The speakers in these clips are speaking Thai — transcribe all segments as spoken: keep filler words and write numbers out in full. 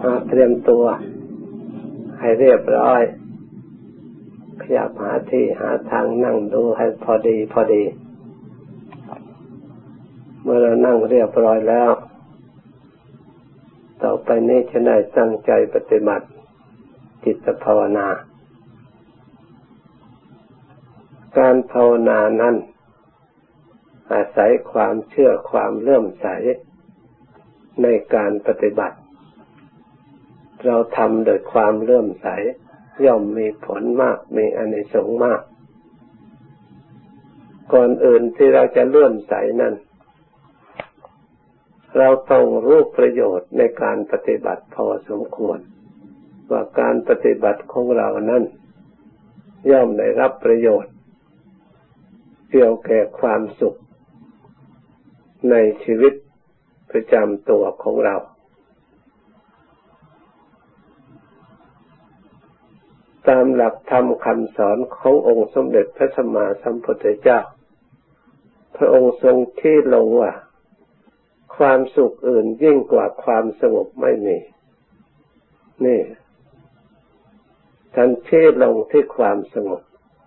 เตรียมตัวให้เรียบร้อยขยับหาที่หาทางนั่งดูให้พอดีพอดีเมื่อเรานั่งเรียบร้อยแล้วต่อไปนี้จะได้ตั้งใจปฏิบัติจิตภาวนาการภาวนานั้นอาศัยความเชื่อความเลื่อมใสในการปฏิบัติเราทำโดยความเลื่อมใสย่อมมีผลมากมีอานิสงส์มากก่อนอื่นที่เราจะเลื่อมใสนั้นเราต้องรู้ประโยชน์ในการปฏิบัติพอสมควรว่าการปฏิบัติของเรานั้นย่อมได้รับประโยชน์เกี่ยวแก่ความสุขในชีวิตประจำตัวของเราตามหลักธรรมคำสอนขององค์สมเด็จพระสัมมาสัมพุทธเจ้าพระองค์ทรงชี้ลงว่าความสุขอื่นยิ่งกว่าความสงบไม่มีนี่ท่านชี้ลงที่ความสงบ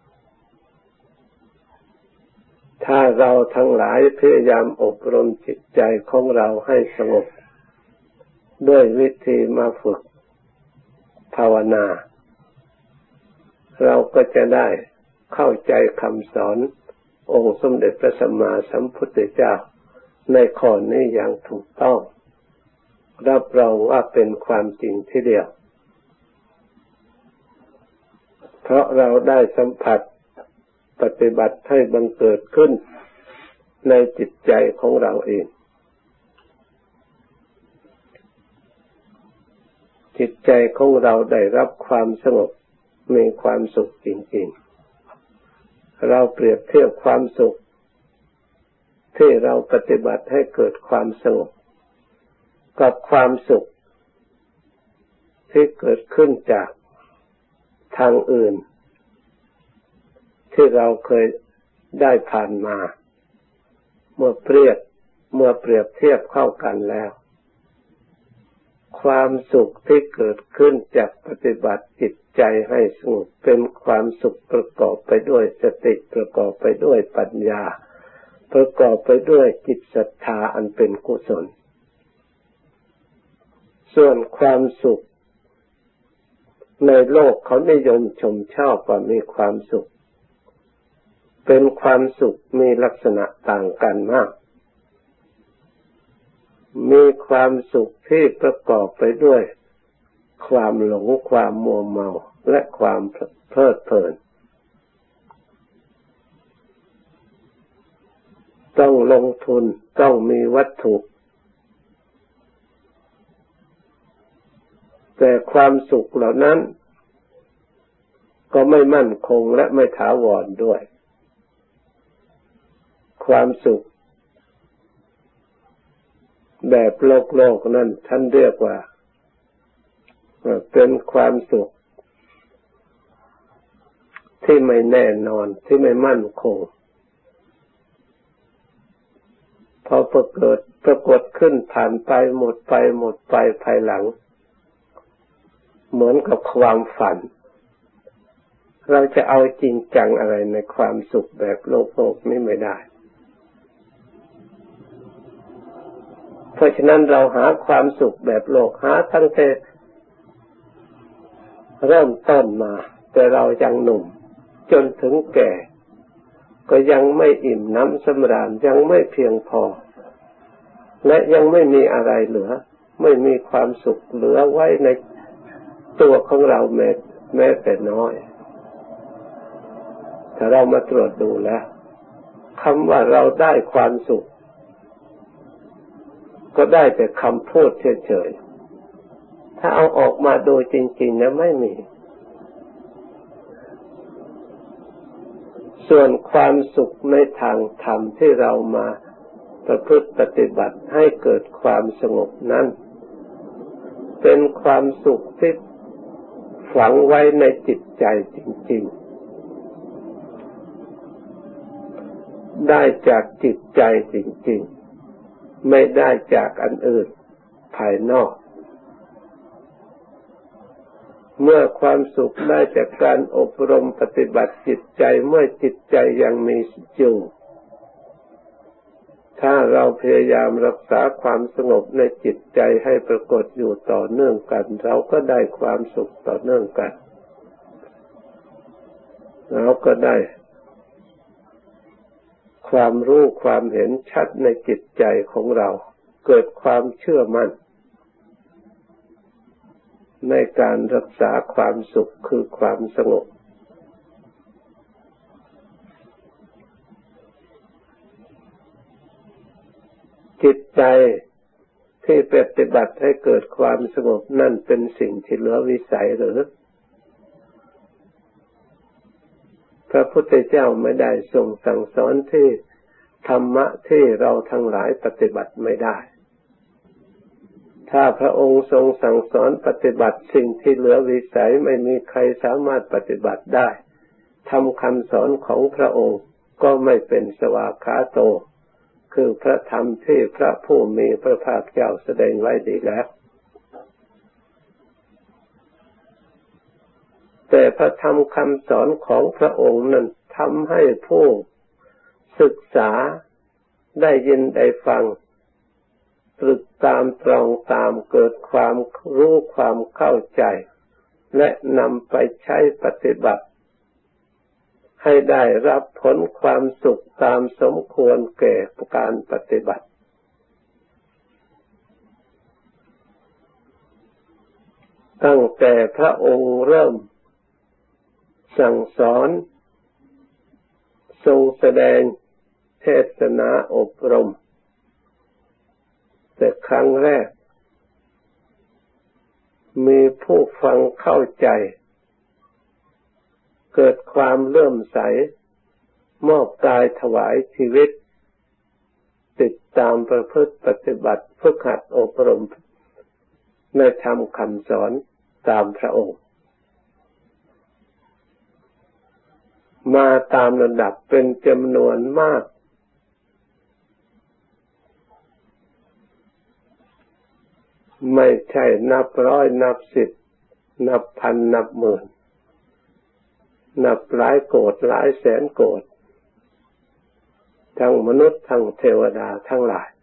ถ้าเราทั้งหลายพยายามอบรมจิตใจของเราให้สงบด้วยวิธีมาฝึกภาวนาเราก็จะได้เข้าใจคำสอนองค์สมเด็จพระสัมมาสัมพุทธเจ้าในข้อนี้อย่างถูกต้องรับรองว่าเป็นความจริงทีเดียวเพราะเราได้สัมผัสปฏิบัติให้บังเกิดขึ้นในจิตใจของเราเองจิตใจของเราได้รับความสงบมีความสุขจริงๆเราเปรียบเทียบความสุขที่เราปฏิบัติให้เกิดความสงบกับความสุขที่เกิดขึ้นจากทางอื่นที่เราเคยได้ผ่านมาเมื่อเปรียบเมื่อเปรียบเทียบเข้ากันแล้วความสุขที่เกิดขึ้นจากปฏิบัติจิตใจให้สงบเป็นความสุขประกอบไปด้วยสติประกอบไปด้วยปัญญาประกอบไปด้วยจิตศรัทธาอันเป็นกุศลส่วนความสุขในโลกเขานิยมชมชอบว่ามีความสุขเป็นความสุขมีลักษณะต่างกันมากมีความสุขที่ประกอบไปด้วยความหลงความมัวเมาและความเพลิดเพลินต้องลงทุนต้องมีวัตถุแต่ความสุขเหล่านั้นก็ไม่มั่นคงและไม่ถาวรด้วยความสุขแบบโลกโลกนั้นท่านเรียกว่าเป็นความสุขที่ไม่แน่นอนที่ไม่มั่นคงพอประเกิดปรากฏขึ้นผ่านไปหมดไปหมดไปภายหลังเหมือนกับความฝันเราจะเอาจริงจังอะไรในความสุขแบบโลกโลกนี้ไม่ได้เพราะฉะนั้นเราหาความสุขแบบโลกหาตั้งแต่เริ่มต้นมาแต่เรายังหนุ่มจนถึงแก่ก็ยังไม่อิ่มน้ำสำราญยังไม่เพียงพอและยังไม่มีอะไรเหลือไม่มีความสุขเหลือไว้ในตัวของเราแม้แม้แต่น้อยถ้าเรามาตรวจดูแล้วคำว่าเราได้ความสุขก็ได้แต่คำพูดเฉยๆถ้าเอาออกมาดูจริงๆนะไม่มีส่วนความสุขในทางธรรมที่เรามาประพฤติปฏิบัติให้เกิดความสงบนั้นเป็นความสุขที่ฝังไว้ในจิตใจจริงๆได้จากจิตใจจริงๆไม่ได้จากอันอื่นภายนอกเมื่อความสุขได้จากการอบรมปฏิบัติจิตใจเมื่อจิตใจยังมีอยู่ถ้าเราพยายามรักษาความสงบในจิตใจให้ปรากฏอยู่ต่อเนื่องกันเราก็ได้ความสุขต่อเนื่องกันเราก็ได้ความรู้ความเห็นชัดในจิตใจของเราเกิดความเชื่อมั่นในการรักษาความสุขคือความสงบจิตใจที่ปฏิบัติให้เกิดความสงบนั่นเป็นสิ่งที่เหลือวิสัยหรือพระพุทธเจ้าไม่ได้ทรงสั่งสอนที่ธรรมะที่เราทั้งหลายปฏิบัติไม่ได้ถ้าพระองค์ทรงสั่งสอนปฏิบัติสิ่งที่เหลือวิสัยไม่มีใครสามารถปฏิบัติได้ทำคำสอนของพระองค์ก็ไม่เป็นสวากขาโตคือพระธรรมที่พระผู้มีพระภาคเจ้าแสดงไว้ดีแล้วแต่พระธรรมคำสอนของพระองค์นั้นทำให้ผู้ศึกษาได้ยินได้ฟังตรึกตามตรองตามเกิดความรู้ความเข้าใจและนำไปใช้ปฏิบัติให้ได้รับผลความสุขตามสมควรแก่การปฏิบัติตั้งแต่พระองค์เริ่มสั่งสอนทรงแสดงเทศนาอบรมแต่ครั้งแรกมีผู้ฟังเข้าใจเกิดความเลื่อมใสมอบกายถวายชีวิตติดตามประพฤติปฏิบัติฝึกหัดอบรมในธรรมคำสอนตามพระองค์มาตามระดับเป็นจำนวนมากไม่ใช่นับร้อยนับสิบนับพันนับหมื่นนับหลายโกฏหลายแสนโกฏทั้งมนุษย์ทั้งเทวดาทั้งหลาย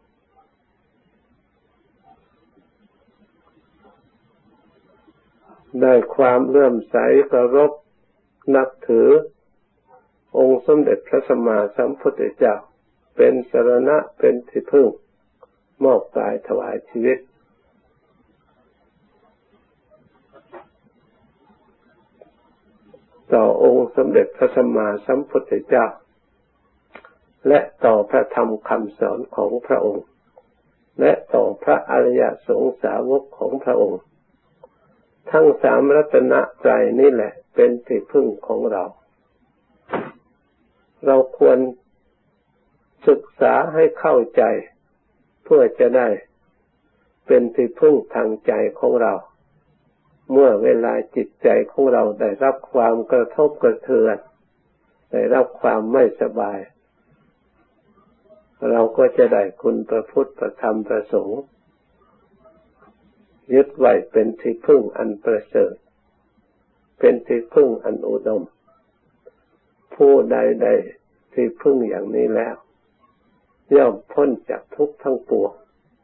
ได้ความเลื่อมใสเคารพนับถือองค์สมเด็จพระสัมมาสัมพุทธเจ้าเป็นสรณะเป็นที่พึ่งมอบกายถวายชีวิตต่อองค์สมเด็จพระสัมมาสัมพุทธเจ้าและต่อพระธรรมคำสอนของพระองค์และต่อพระอริยสงฆ์สาวกของพระองค์ทั้งสามรัตนตรัยนี่แหละเป็นที่พึ่งของเราเราควรศึกษาให้เข้าใจเพื่อจะได้เป็นที่พึ่งทางใจของเราเมื่อเวลาจิตใจของเราได้รับความกระทบกระเทือนได้รับความไม่สบายเราก็จะได้คุณพระพุทธพระธรรมพระสงฆ์ยึดไว้เป็นที่พึ่งอันประเสริฐเป็นที่พึ่งอันอุดมผู้ใดได้ที่พึ่งอย่างนี้แล้วย่อมพ้นจากทุกข์ทั้งปวง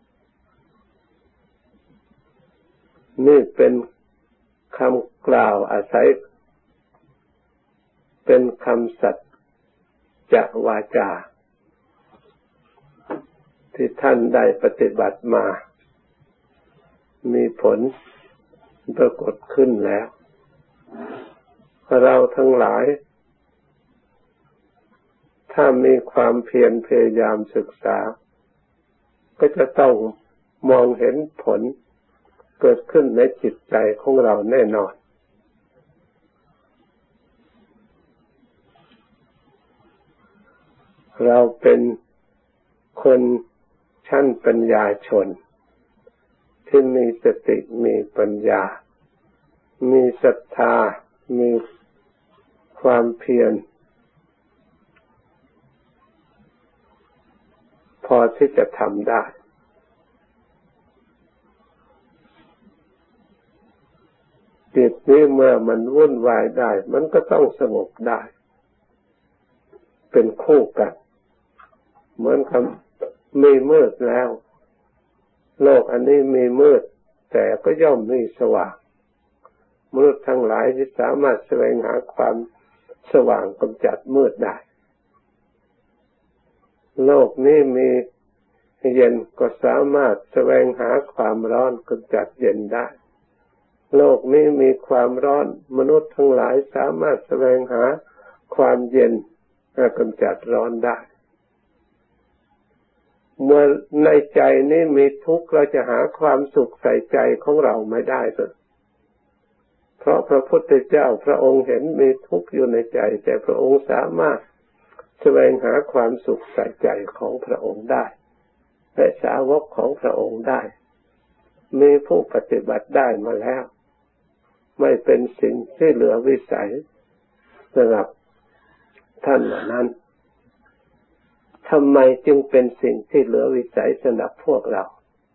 นี่เป็นคำกล่าวอาศัยเป็นคำสัจจะวาจาที่ท่านได้ปฏิบัติมามีผลปรากฏขึ้นแล้วเราทั้งหลายถ้ามีความเพียรพยายามศึกษาก็จะต้องมองเห็นผลเกิดขึ้นในจิตใจของเราแน่นอนเราเป็นคนชั้นปัญญาชนที่มีสติมีปัญญามีศรัทธามีความเพียรพอที่จะทำได้จิตนี้เมื่อมันวุ่นวายได้มันก็ต้องสงบได้เป็นคู่กันเหมือนกับมีมืดแล้วโลกอันนี้มีมืดแต่ก็ย่อมมีสว่างมืดทั้งหลายที่สามารถแสวงหาความสว่างกำจัดมืดได้โลกนี้มีเย็นก็สามารถแสวงหาความร้อนกำจัดเย็นได้โลกนี้มีความร้อนมนุษย์ทั้งหลายสามารถแสวงหาความเย็นกำจัดร้อนได้เมื่อในใจนี้มีทุกข์เราจะหาความสุขใส่ใจของเราไม่ได้เลยเพราะพระพุทธเจ้าพระองค์เห็นมีทุกข์อยู่ในใจแต่พระองค์สามารถแสวงหาความสุขใส่ใจของพระองค์ได้และสาวกของพระองค์ได้มีผู้ปฏิบัติได้มาแล้วไม่เป็นสิ่งที่เหลือวิสัยสำหรับท่านเหล่านั้นทำไมจึงเป็นสิ่งที่เหลือวิสัยสำหรับพวกเรา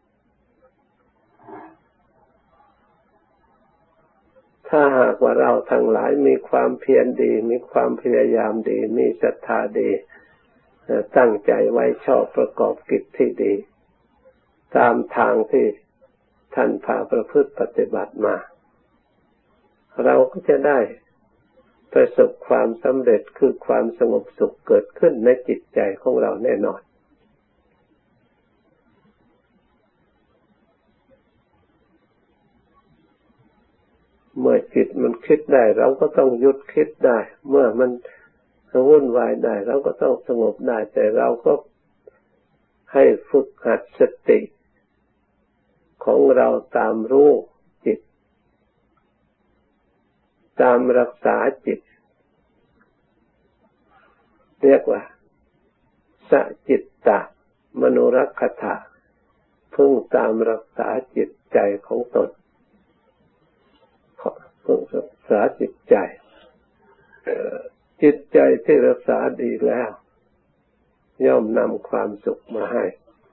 ถ้าหากว่าเราทั้งหลายมีความเพียรดีมีความพยายามดีมีศรัทธาดีตั้งใจไว้ชอบประกอบกิจที่ดีตามทางที่ท่านพาประพฤติปฏิบัติมาเราก็จะได้ประสบความสำเร็จคือความสงบสุขเกิดขึ้นในจิตใจของเราแน่นอนเมื่อจิตมันคิดได้เราก็ต้องหยุดคิดได้เมื่อมันวุ่นวายได้เราก็ต้องสงบได้แต่เราก็ให้ฝึกหัดสติของเราตามรู้จิตตามรักษาจิตเรียกว่าสจิตตมโนรักขถาพึ่งตามรักษาจิตใจของตนพึ่งรักษาจิตใจจิตใจที่รักษาดีแล้วย่อมนำความสุขมาให้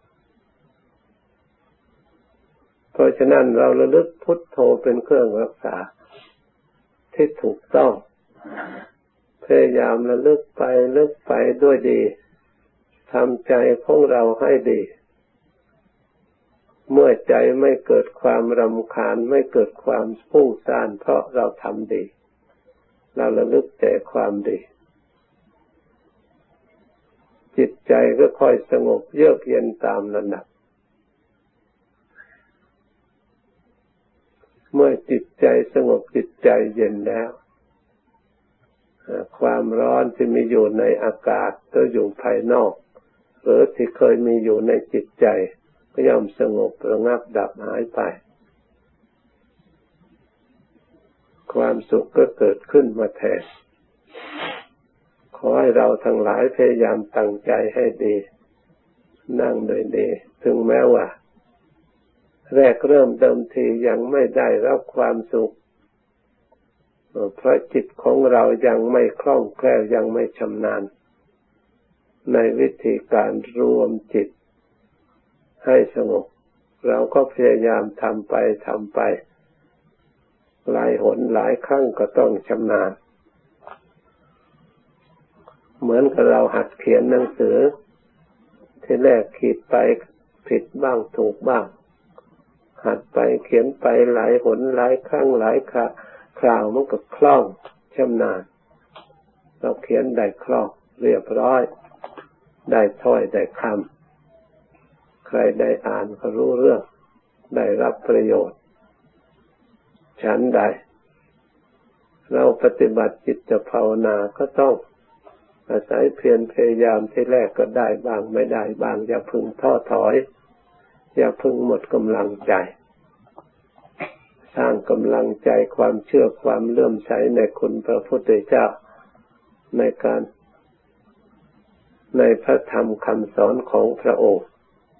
เพราะฉะนั้นเราระลึกพุทโธเป็นเครื่องรักษาที่ถูกต้องพยายามระลึกไประลึกไปด้วยดีทำใจของเราให้ดีเมื่อใจไม่เกิดความรำคาญไม่เกิดความฟุ้งซ่านเพราะเราทำดีเราระลึกแต่ความดีจิตใจก็ค่อยสงบเยือกเย็นตามระดับเมื่อจิตใจสงบจิตใจเย็นแล้วความร้อนที่มีอยู่ในอากาศก็อยู่ภายนอกหรือที่เคยมีอยู่ในจิตใจก็ย่อมสงบระงับดับหายไปความสุขก็เกิดขึ้นมาแทนขอให้เราทั้งหลายพยายามตั้งใจให้ดีนั่งโดยดีถึงแม้ว่าแรกเริ่มเดิมทียังไม่ได้รับความสุขเพราะจิตของเรายังไม่คล่องแคล่วยังไม่ชำนาญในวิธีการรวมจิตให้สงบเราก็พยายามทำไปทำไปหลายหนหลายครั้งก็ต้องชำนาญเหมือนกับเราหัดเขียนหนังสือที่แรกขีดไปผิดบ้างถูกบ้างหัดไปเขียนไปหลายหนหลายครั้งหลายคราคราวมันก็คล่องชำนาญเราเขียนได้คล่องเรียบร้อยได้ถ้อยได้คำใครได้อ่านก็รู้เรื่องได้รับประโยชน์ฉันใดเราปฏิบัติจิตภาวนาก็ต้องอาศัยเพียรพยายามที่แรกก็ได้บ้างไม่ได้บ้างอย่าพึงท้อถอยอย่าพึงหมดกำลังใจสร้างกำลังใจความเชื่อความเลื่อมใสในคุณพระพุทธเจ้าในการในพระธรรมคำสอนของพระองค์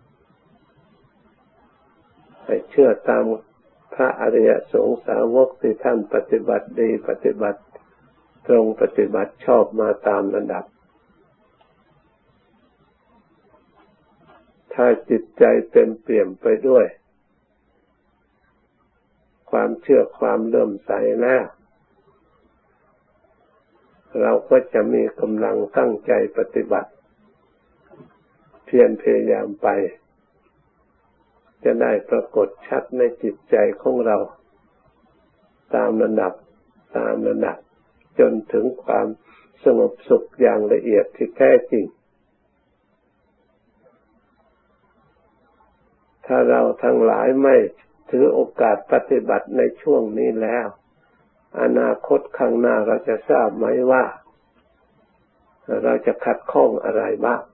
ให้เชื่อตามพระอริยสงฆ์สาวกที่ท่านปฏิบัติดีปฏิบัติตรงปฏิบัติชอบมาตามระดับถ้าจิตใจเต็มเปี่ยมไปด้วยคความเชื่อความเลื่อมใสแล้วเราก็จะมีกำลังตั้งใจปฏิบัติเพียรพยายามไปจะได้ปรากฏชัดในจิตใจของเราตามระดับตามระดับจนถึงความสงบสุขอย่างละเอียดที่แท้จริงถ้าเราทั้งหลายไม่ถือโอกาสปฏิบัติในช่วงนี้แล้วอนาคตข้างหน้าเราจะทราบไหมว่าเราจะขัดข้องอะไรบ้าง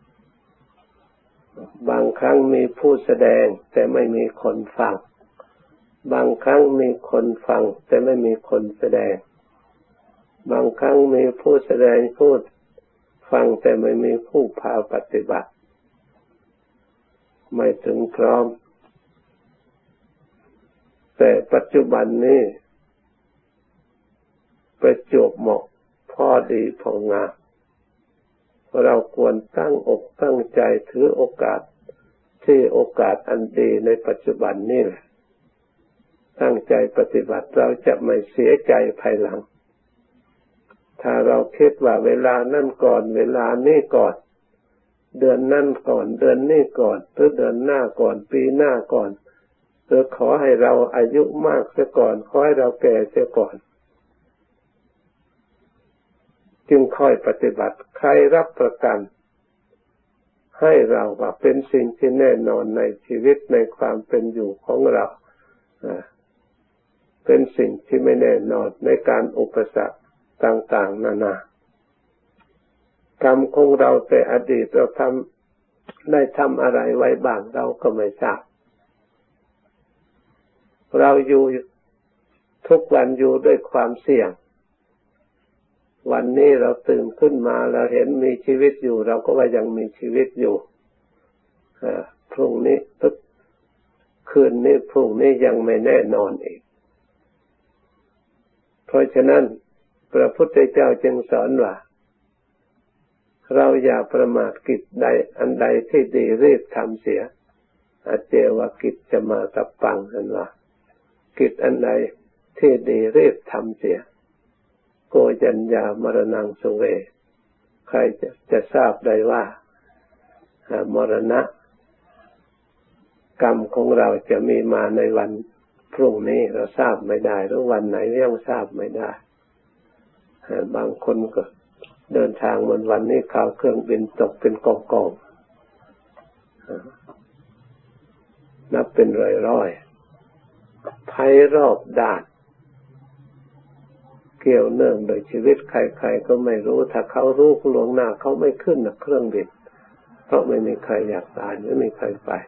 บางครั้งมีผู้แสดงแต่ไม่มีคนฟังบางครั้งมีคนฟังแต่ไม่มีคนแสดงบางครั้งมีผู้แสดงพูดฟังแต่ไม่มีผู้พาปฏิบัติไม่ถึงพร้อมแต่ปัจจุบันนี้ประจวบเหมาะพอดีพองามเราควรตั้งอกตั้งใจถือโอกาสที่โอกาสอันดีในปัจจุบันนี้แหละตั้งใจปฏิบัติเราจะไม่เสียใจภายหลังถ้าเราคิดว่าเวลานั่นก่อนเวลานี้ก่อนเดือนนั่นก่อนเดือนนี้ก่อนหรือเดือนหน้าก่อนปีหน้าก่อนหรือขอให้เราอายุมากเสียก่อนขอให้เราแก่เสียก่อนจึงค่อยปฏิบัติใครรับประกันให้เราว่าเป็นสิ่งที่แน่นอนในชีวิตในความเป็นอยู่ของเราเป็นสิ่งที่ไม่แน่นอนในการอุปสรรคต่างๆนานากรรมของเราแต่อดีตเราทำได้ทำอะไรไว้บ้างเราก็ไม่ทราบเราอยู่ทุกวันอยู่ด้วยความเสี่ยงวันนี้เราตื่นขึ้นมาเราเห็นมีชีวิตอยู่เราก็ว่ายังมีชีวิตอยู่พรุ่งนี้ทุกคืนนี้พรุ่งนี้ยังไม่แน่นอนอีกเพราะฉะนั้นพระพุทธเจ้าจึงสอนว่าเราอย่าประมาทกิจใดอันใดที่ดีรีบทำเสียอาเจวกิจจะมาตับปังกันว่ากิจอันใดที่ดีรีบทำเสียโกยัญญามรณังสุเวใครจะจะทราบได้ว่ามรณะกรรมของเราจะมีมาในวันพรุ่งนี้เราทราบไม่ได้หรือวันไหนยังทราบไม่ได้บางคนก็เดินทางวันวันนี้ข่าวเครื่องบินตกเป็นกองๆนับเป็นร้อยๆภัยรอบด้านเกี่ยวเนื่องโดยชีวิตใครๆก็ไม่รู้ถ้าเขารู้ล่วงหน้าเขาไม่ขึ้นนะเครื่องบินเพราะไม่มีใครอยากตายไม่มีใครไป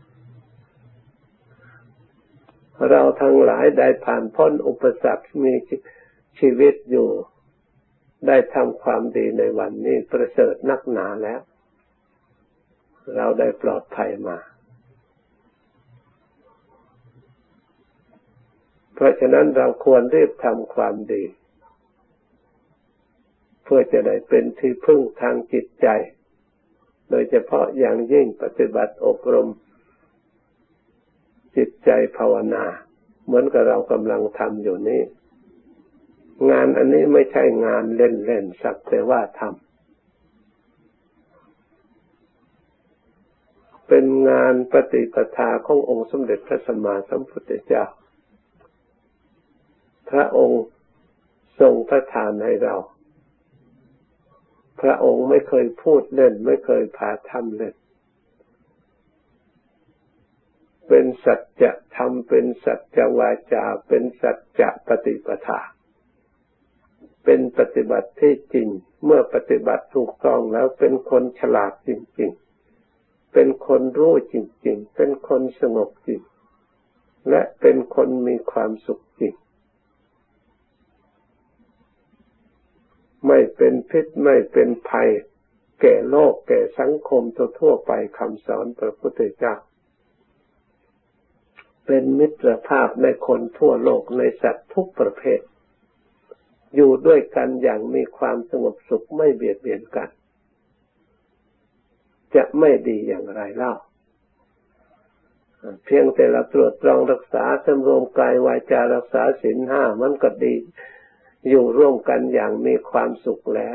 เราทั้งหลายได้ผ่านพ้นอุปสรรคมีชีวิตอยู่ได้ทำความดีในวันนี้ประเสริฐนักหนาแล้วเราได้ปลอดภัยมาเพราะฉะนั้นเราควรรีบทำความดีเพื่อจะได้เป็นที่พึ่งทางจิตใจโดยเฉพาะอย่างยิ่งปฏิบัติอบรมจิตใจภาวนาเหมือนกับเรากำลังทำอยู่นี้งานอันนี้ไม่ใช่งานเล่นๆสักแต่ว่าทำเป็นงานปฏิปทาขององค์สมเด็จพระสัมมาสัมพุทธเจ้าพระองค์ทรงประทานให้เราพระองค์ไม่เคยพูดเล่นไม่เคยพาทำเล่นเป็นสัจธรรมเป็นสัจวาจาเป็นสัจปฏิปทาเป็นปฏิบัติที่จริงเมื่อปฏิบัติถูกต้องแล้วเป็นคนฉลาดจริงๆเป็นคนรู้จริงๆเป็นคนสงบจริงและเป็นคนมีความสุขจริงไม่เป็นพิษไม่เป็นภัยแก่โลกแก่สังคมทั่วๆไปคำสอนพระพุทธเจ้าเป็นมิตรภาพในคนทั่วโลกในสัตว์ทุกประเภทอยู่ด้วยกันอย่างมีความสงบสุขไม่เบียดเบียนกันจะไม่ดีอย่างไรเล่าเพียงแต่เราตรวจตรองรักษาสำรวมกายวาจารักษาศีลห้ามันก็ดีอยู่ร่วมกันอย่างมีความสุขแล้ว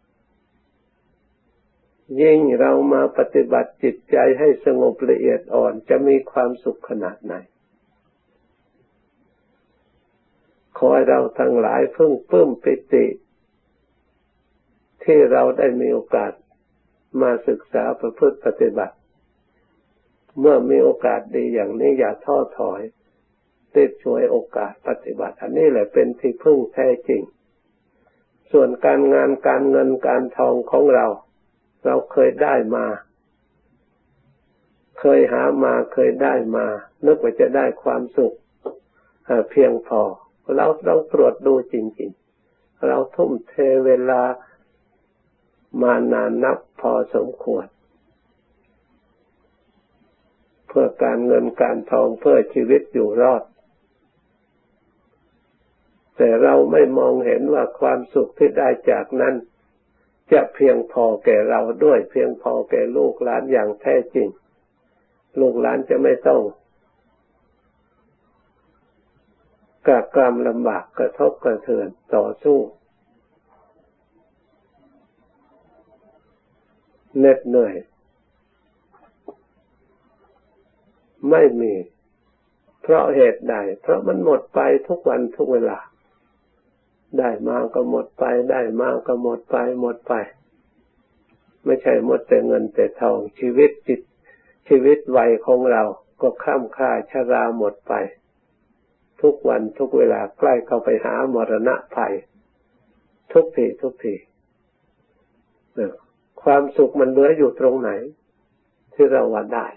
ยิ่งเรามาปฏิบัติจิตใจให้สงบละเอียดอ่อนจะมีความสุขขนาดไหนขอให้เราทั้งหลายพึงปลื้มปิติที่เราได้มีโอกาสมาศึกษาประพฤติปฏิบัติเมื่อมีโอกาสดีอย่างนี้อย่าท้อถอยรีบฉวยโอกาสปฏิบัติอันนี้แหละเป็นที่พึ่งแท้จริงส่วนการงานการเงินการทองของเราเราเคยได้มาเคยหามาเคยได้มานึกว่าจะได้ความสุขเพียงพอเราต้องตรวจดูจริงๆเราทุ่มเทเวลามานานนับพอสมควรเพื่อการเงินการทองเพื่อชีวิตอยู่รอดแต่เราไม่มองเห็นว่าความสุขที่ได้จากนั้นจะเพียงพอแก่เราด้วยเพียงพอแก่ลูกหลานอย่างแท้จริงลูกหลานจะไม่ต้องกะกรำลำบากกระทบกระเทือนต่อสู้เหน็ดเหนื่อยไม่มีเพราะเหตุใดเพราะมันหมดไปทุกวันทุกเวลาได้มาก็หมดไปได้มาก็หมดไปหมดไปไม่ใช่หมดแต่เงินแต่ทองชีวิตจิตชีวิตวัยของเราก็คล่ำคล้าชราหมดไปทุกวันทุกเวลาใกล้เข้าไปหามรณะภัยทุกทีทุกทีความสุขมันเหลืออยู่ตรงไหนที่เราว่าได้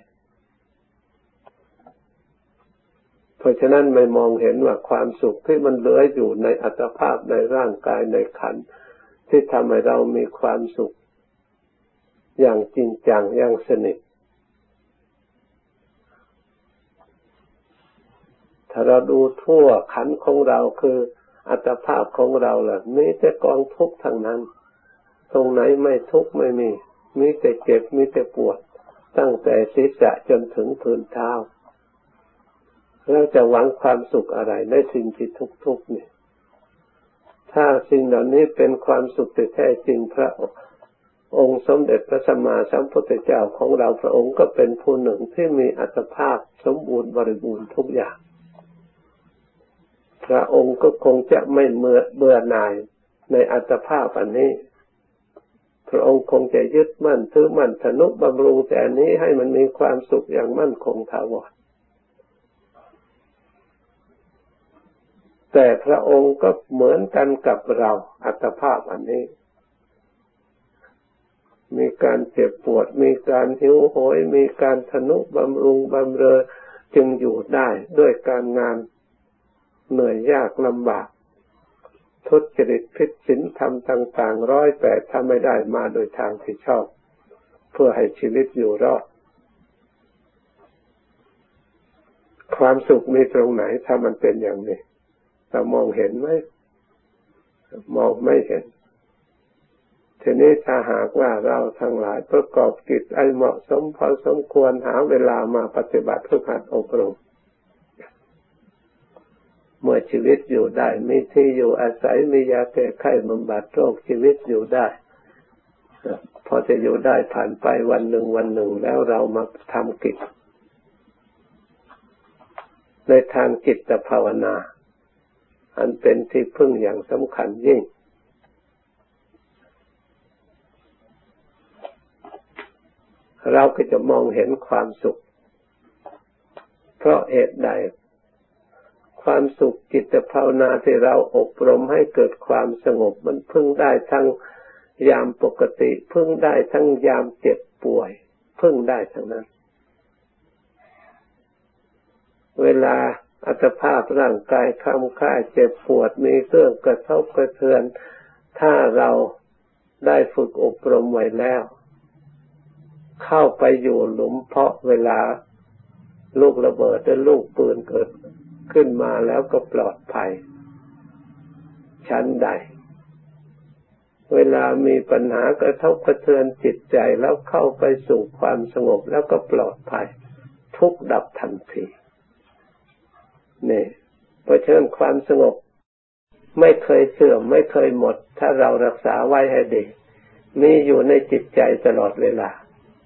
เพราะฉะนั้นไม่มองเห็นว่าความสุขที่มันเหลืออยู่ในอัตภาพในร่างกายในขันธ์ที่ทำให้เรามีความสุขอย่างจริงจังอย่างสนิทถ้าเราดูทั่วขันธ์ของเราคืออัตภาพของเราล่ะมีแต่กองทุกข์ทั้งนั้นตรงไหนไม่ทุกข์ไม่มีมีแต่เจ็บมีแต่ปวดตั้งแต่ศีรษะจนถึงพื้นเท้าเราจะหวังความสุขอะไรในสิ่งที่ทุกข์ๆนี่ถ้าสิ่งเหล่านี้เป็นความสุขที่แท้จริงพระองค์สมเด็จพระสัมมาสัมพุทธเจ้าของเราพระองค์ก็เป็นผู้หนึ่งที่มีอัตภาพสมบูรณ์บริบูรณ์ทุกอย่างพระองค์ก็คงจะไม่เมื่อเบื่อหน่ายในอัตภาพอันนี้พระองค์คงจะยึดมั่นถือมั่นทนุบำรุงแต่อันนี้ให้มันมีความสุขอย่างมั่นคงถาวรแต่พระองค์ก็เหมือนกันกับเราอัตภาพอันนี้มีการเจ็บปวดมีการหิวโหยมีการทนุบำรุงบำเรอจึงอยู่ได้ด้วยการงานเหนื่อยยากลำบากทุจริตผิดศีลธรรมต่างๆร้อยแปดถ้าไม่ได้มาโดยทางที่ชอบเพื่อให้ชีวิตอยู่รอดความสุขมีตรงไหนถ้ามันเป็นอย่างนี้เรามองเห็นไหมมองไม่เห็นทีนี้ถ้าหากว่าเราทั้งหลายประกอบกิจให้เหมาะสมพอสมควรหาเวลามาปฏิบัติฝึกหัดอบรมเมื่อชีวิตอยู่ได้มีที่อยู่อาศัยมียาแก้ไขบำบัดโรคชีวิตอยู่ได้พอจะอยู่ได้ผ่านไปวันหนึ่งวันหนึ่งแล้วเรามาทำกิจในทางจิตภาวนาอันเป็นที่พึ่งอย่างสำคัญยิ่งเราก็จะมองเห็นความสุขเพราะเหตุใดความสุขจิตภาวนาที่เราอบรมให้เกิดความสงบมันพึ่งได้ทั้งยามปกติพึ่งได้ทั้งยามเจ็บป่วยพึ่งได้ทั้งนั้นเวลาอัตภาพร่างกายคำค่าเจ็บปวดมีเรื่องกระทบกระเทือนถ้าเราได้ฝึกอบรมไว้แล้วเข้าไปอยู่หลุมเพาะเวลาลูกระเบิดหรือลูกปืนเกิดขึ้นมาแล้วก็ปลอดภัยชั้นใดเวลามีปัญหากระทบกระเทือนจิตใจแล้วเข้าไปสู่ความสงบแล้วก็ปลอดภัยทุกข์ดับทันทีนี่เพราะฉะนั้นความสงบไม่เคยเสื่อมไม่เคยหมดถ้าเรารักษาไว้ให้ดีมีอยู่ในจิตใจตลอดเวลา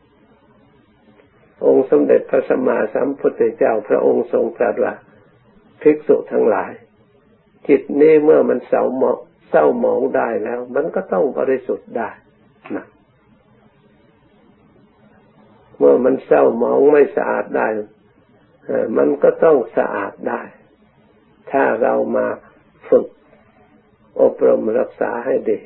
องค์สมเด็จพระสัมมาสัมพุทธเจ้าพระองค์ทรงตรัสว่าภิกษุทั้งหลายจิตนี้เมื่อมันเศร้าหมองเศร้าหมองได้แล้วมันก็ต้องบริสุทธิ์ได้นะเมื่อมันเศร้าหมองไม่สะอาดได้มันก็ต้องสะอาดได้ถ้าเรามาฝึกอบรมรักษาให้ดี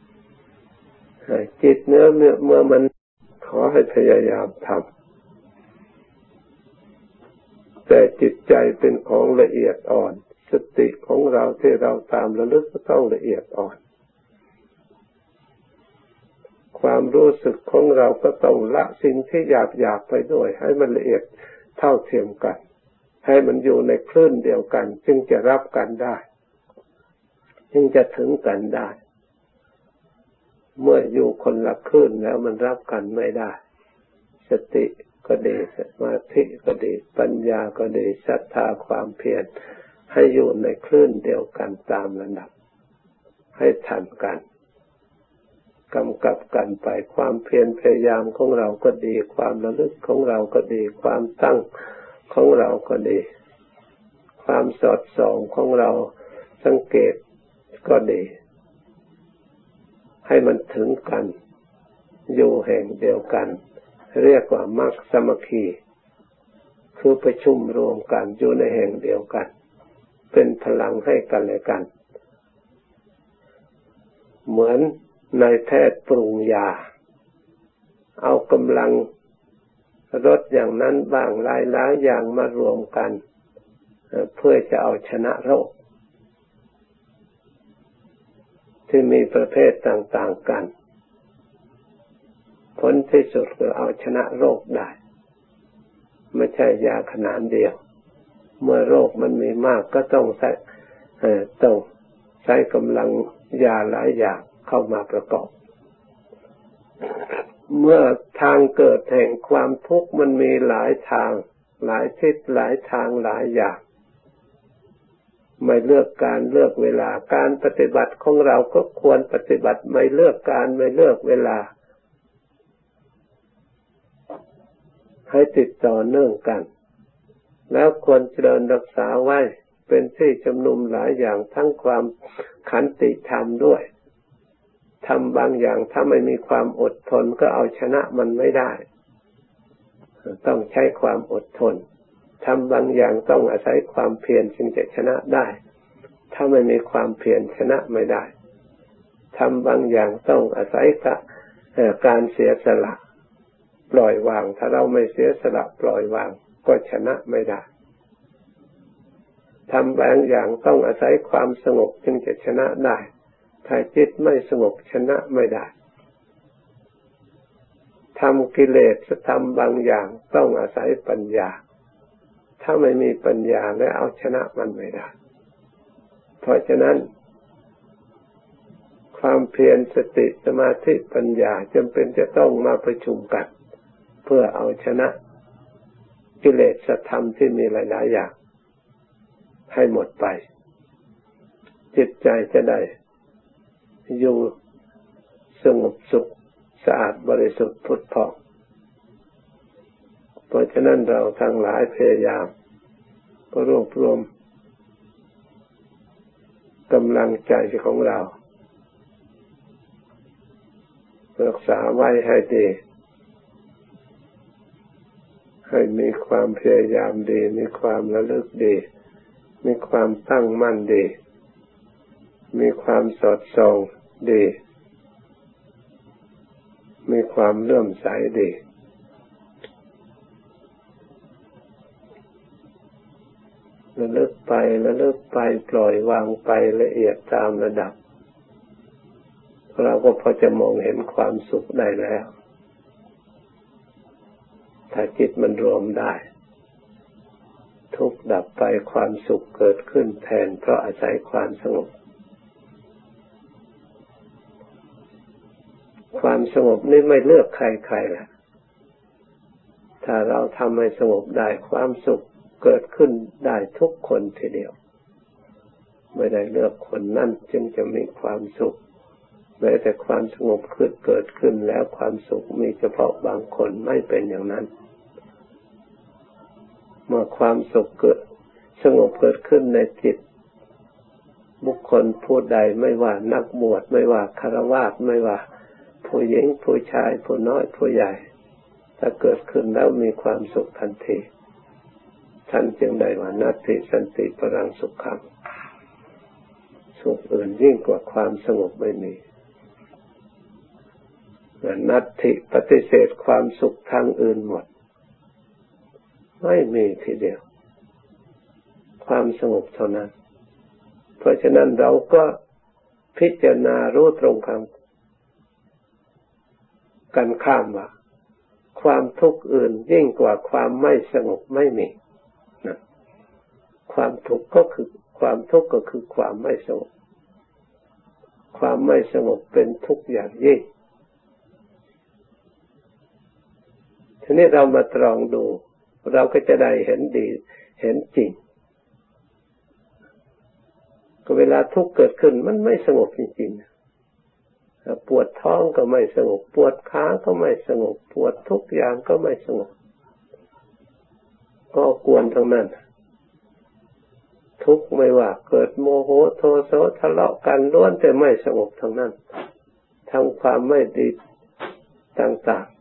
จิตเนื้อเมื่อมันขอให้พยายามทำแต่จิตใจเป็นของละเอียดอ่อนสติของเราที่เราตามระลึกก็ต้องละเอียดอ่อนความรู้สึกของเราก็ต้องละสิ่งที่หยาบหยาบไปด้วยให้มันละเอียดเท่าเทียมกันให้มันอยู่ในคลื่นเดียวกันจึงจะรับกันได้จึงจะถึงกันได้เมื่ออยู่คนละคลื่นแล้วมันรับกันไม่ได้สติก็ดีสมาธิก็ดีปัญญาก็ดีศรัทธาความเพียรให้อยู่ในคลื่นเดียวกันตามระดับให้ทันกันกำกับกันไปความเพียรพยายามของเราก็ดีความระลึกของเราก็ดีความตั้งของเราก็ดีความสอดส่องของเราสังเกตก็ดีให้มันถึงกันอยู่แห่งเดียวกันเรียกว่ามรรคสามัคคีคือประชุมรวมกันอยู่ในแห่งเดียวกันเป็นพลังให้กันและกันเหมือนนายแพทย์ปรุงยาเอากำลังรสอย่างนั้นบ้างหลายๆอย่างมารวมกันเพื่อจะเอาชนะโรคที่มีประเภทต่างๆกันผลที่สุดคือเอาชนะโรคได้ไม่ใช่ยาขนาดเดียวเมื่อโรคมันมีมากก็ต้องใช้ต้องใช้กำลังยาหลายอย่างเข้ามาประกอบเมื่อทางเกิดแห่งความทุกข์มันมีหลายทางหลายทิศหลายทางหลายอย่างไม่เลือกการเลือกเวลาการปฏิบัติของเราก็ควรปฏิบัติไม่เลือกการไม่เลือกเวลาให้ติดต่อเนื่องกันแล้วควรเจริญรักษาไว้เป็นที่ชุมนุมหลายอย่างทั้งความขันติธรรมด้วยทำบางอย่างถ้าไม่มีความอดทนก็เอาชนะมันไม่ได้ต้องใช้ความอดทนทำบางอย่างต้องอาศัยความเพียรจึงจะชนะได้ถ้าไม่มีความเพียรชนะไม่ได้ทำบางอย่างต้องอาศัยการเสียสละปล่อยวางถ้าเราไม่เสียสละปล่อยวางก็ชนะไม่ได้ทำบางอย่างต้องอาศัยความสงบจึงจะชนะได้ถ้าจิตไม่สงบชนะไม่ได้ทำกิเลสทำบางอย่างต้องอาศัยปัญญาถ้าไม่มีปัญญาแล้วเอาชนะมันไม่ได้เพราะฉะนั้นความเพียรสติสมาธิปัญญาจำเป็นจะต้องมาประชุมกันเพื่อเอาชนะกิเลสธรรมที่มีหลายๆอย่างให้หมดไปจิตใจจะได้อยู่สงบสุขสะอาดบริสุทธิ์ผุดผ่องเพราะฉะนั้นเราทั้งหลายพยายามรวบรวมกำลังใจของเรารักษาไว้ให้ดีให้มีความพยายามดีมีความระลึกดีมีความตั้งมั่นดีมีความสอดส่องดีมีความเลื่อมใสดีระลึกไประลึกไปปล่อยวางไปละเอียดตามระดับเราก็พอจะมองเห็นความสุขได้แล้วถ้าจิตมันรวมได้ทุกข์ดับไปความสุขเกิดขึ้นแทนเพราะอาศัยความสงบความสงบนี่ไม่เลือกใครๆล่ะถ้าเราทำให้สงบได้ความสุขเกิดขึ้นได้ทุกคนทีเดียวไม่ได้เลือกคนนั่นจึงจะมีความสุขแม้แต่ความสงบขึ้นเกิดขึ้นแล้วความสุขมีเฉพาะบางคนไม่เป็นอย่างนั้นเมื่อความสุขเกิดสงบเกิดขึ้นในจิตบุคคลผู้ใดไม่ว่านักบวชไม่ว่าฆราวาสไม่ว่าผู้หญิงผู้ชายผู้น้อยผู้ใหญ่ถ้าเกิดขึ้นแล้วมีความสุขทันทีท่านจึงได้ว่านัตถิสันติปรังสุขขังสุขอื่นยิ่งกว่าความสงบไม่มีนัตถิปฏิเสธความสุขทางอื่นหมดไม่มีทีเดียวความสงบเท่านั้นเพราะฉะนั้นเราก็พิจารณารู้ตรงกันกันข้ามว่าความทุกข์อื่นยิ่งกว่าความไม่สงบไม่มีนะความทุกข์ก็คือความทุกข์ก็คือความไม่สงบความไม่สงบเป็นทุกข์อย่างยิ่งทีนี้เรามาตรองดูเราก็จะได้เห็นดีเห็นจริงก็เวลาทุกข์เกิดขึ้นมันไม่สงบจริงๆปวดท้องก็ไม่สงบปวดขาก็ไม่สงบปวดทุกอย่างก็ไม่สงบก็กวนทั้งนั้นทุกข์ไม่ว่าเกิดโมโหโทโสทะเลาะกันล้วนแต่ไม่สงบทั้งนั้นทั้งความไม่ดีต่าง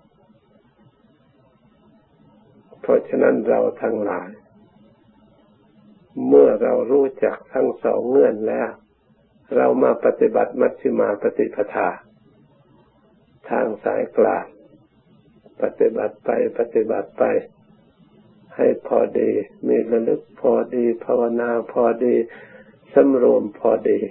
ๆเพราะฉะนั้นเราทั้งหลายเมื่อเรารู้จักทั้งสองเงื่อนแล้วเรามาปฏิบัติมัชฌิมาปฏิปทาทางสายกลางปฏิบัติไปปฏิบัติไปให้พอดีมีระลึกพอดีภาวนาพอดีสำรวมพอดี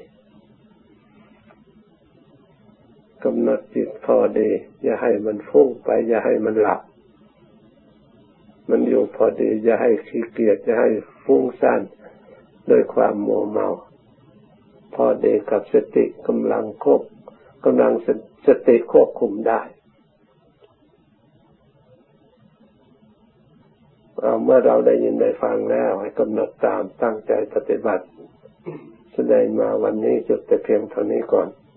กำหนดจิตพอดีอย่าให้มันฟุ้งไปอย่าให้มันหลับมันอยู่พอดีอย่าให้ขี้เกียจอย่าให้ฟุ้งซ่านด้วยความมัวเมาพอดีกับสติกำลังควบกำลังสติควบคุมได้เมื่อเราได้ยินได้ฟังแล้วให้กำหนดตามตั้งใจปฏิบัติแสดงมาวันนี้จุดแต่เพียงเท่านี้ก่อน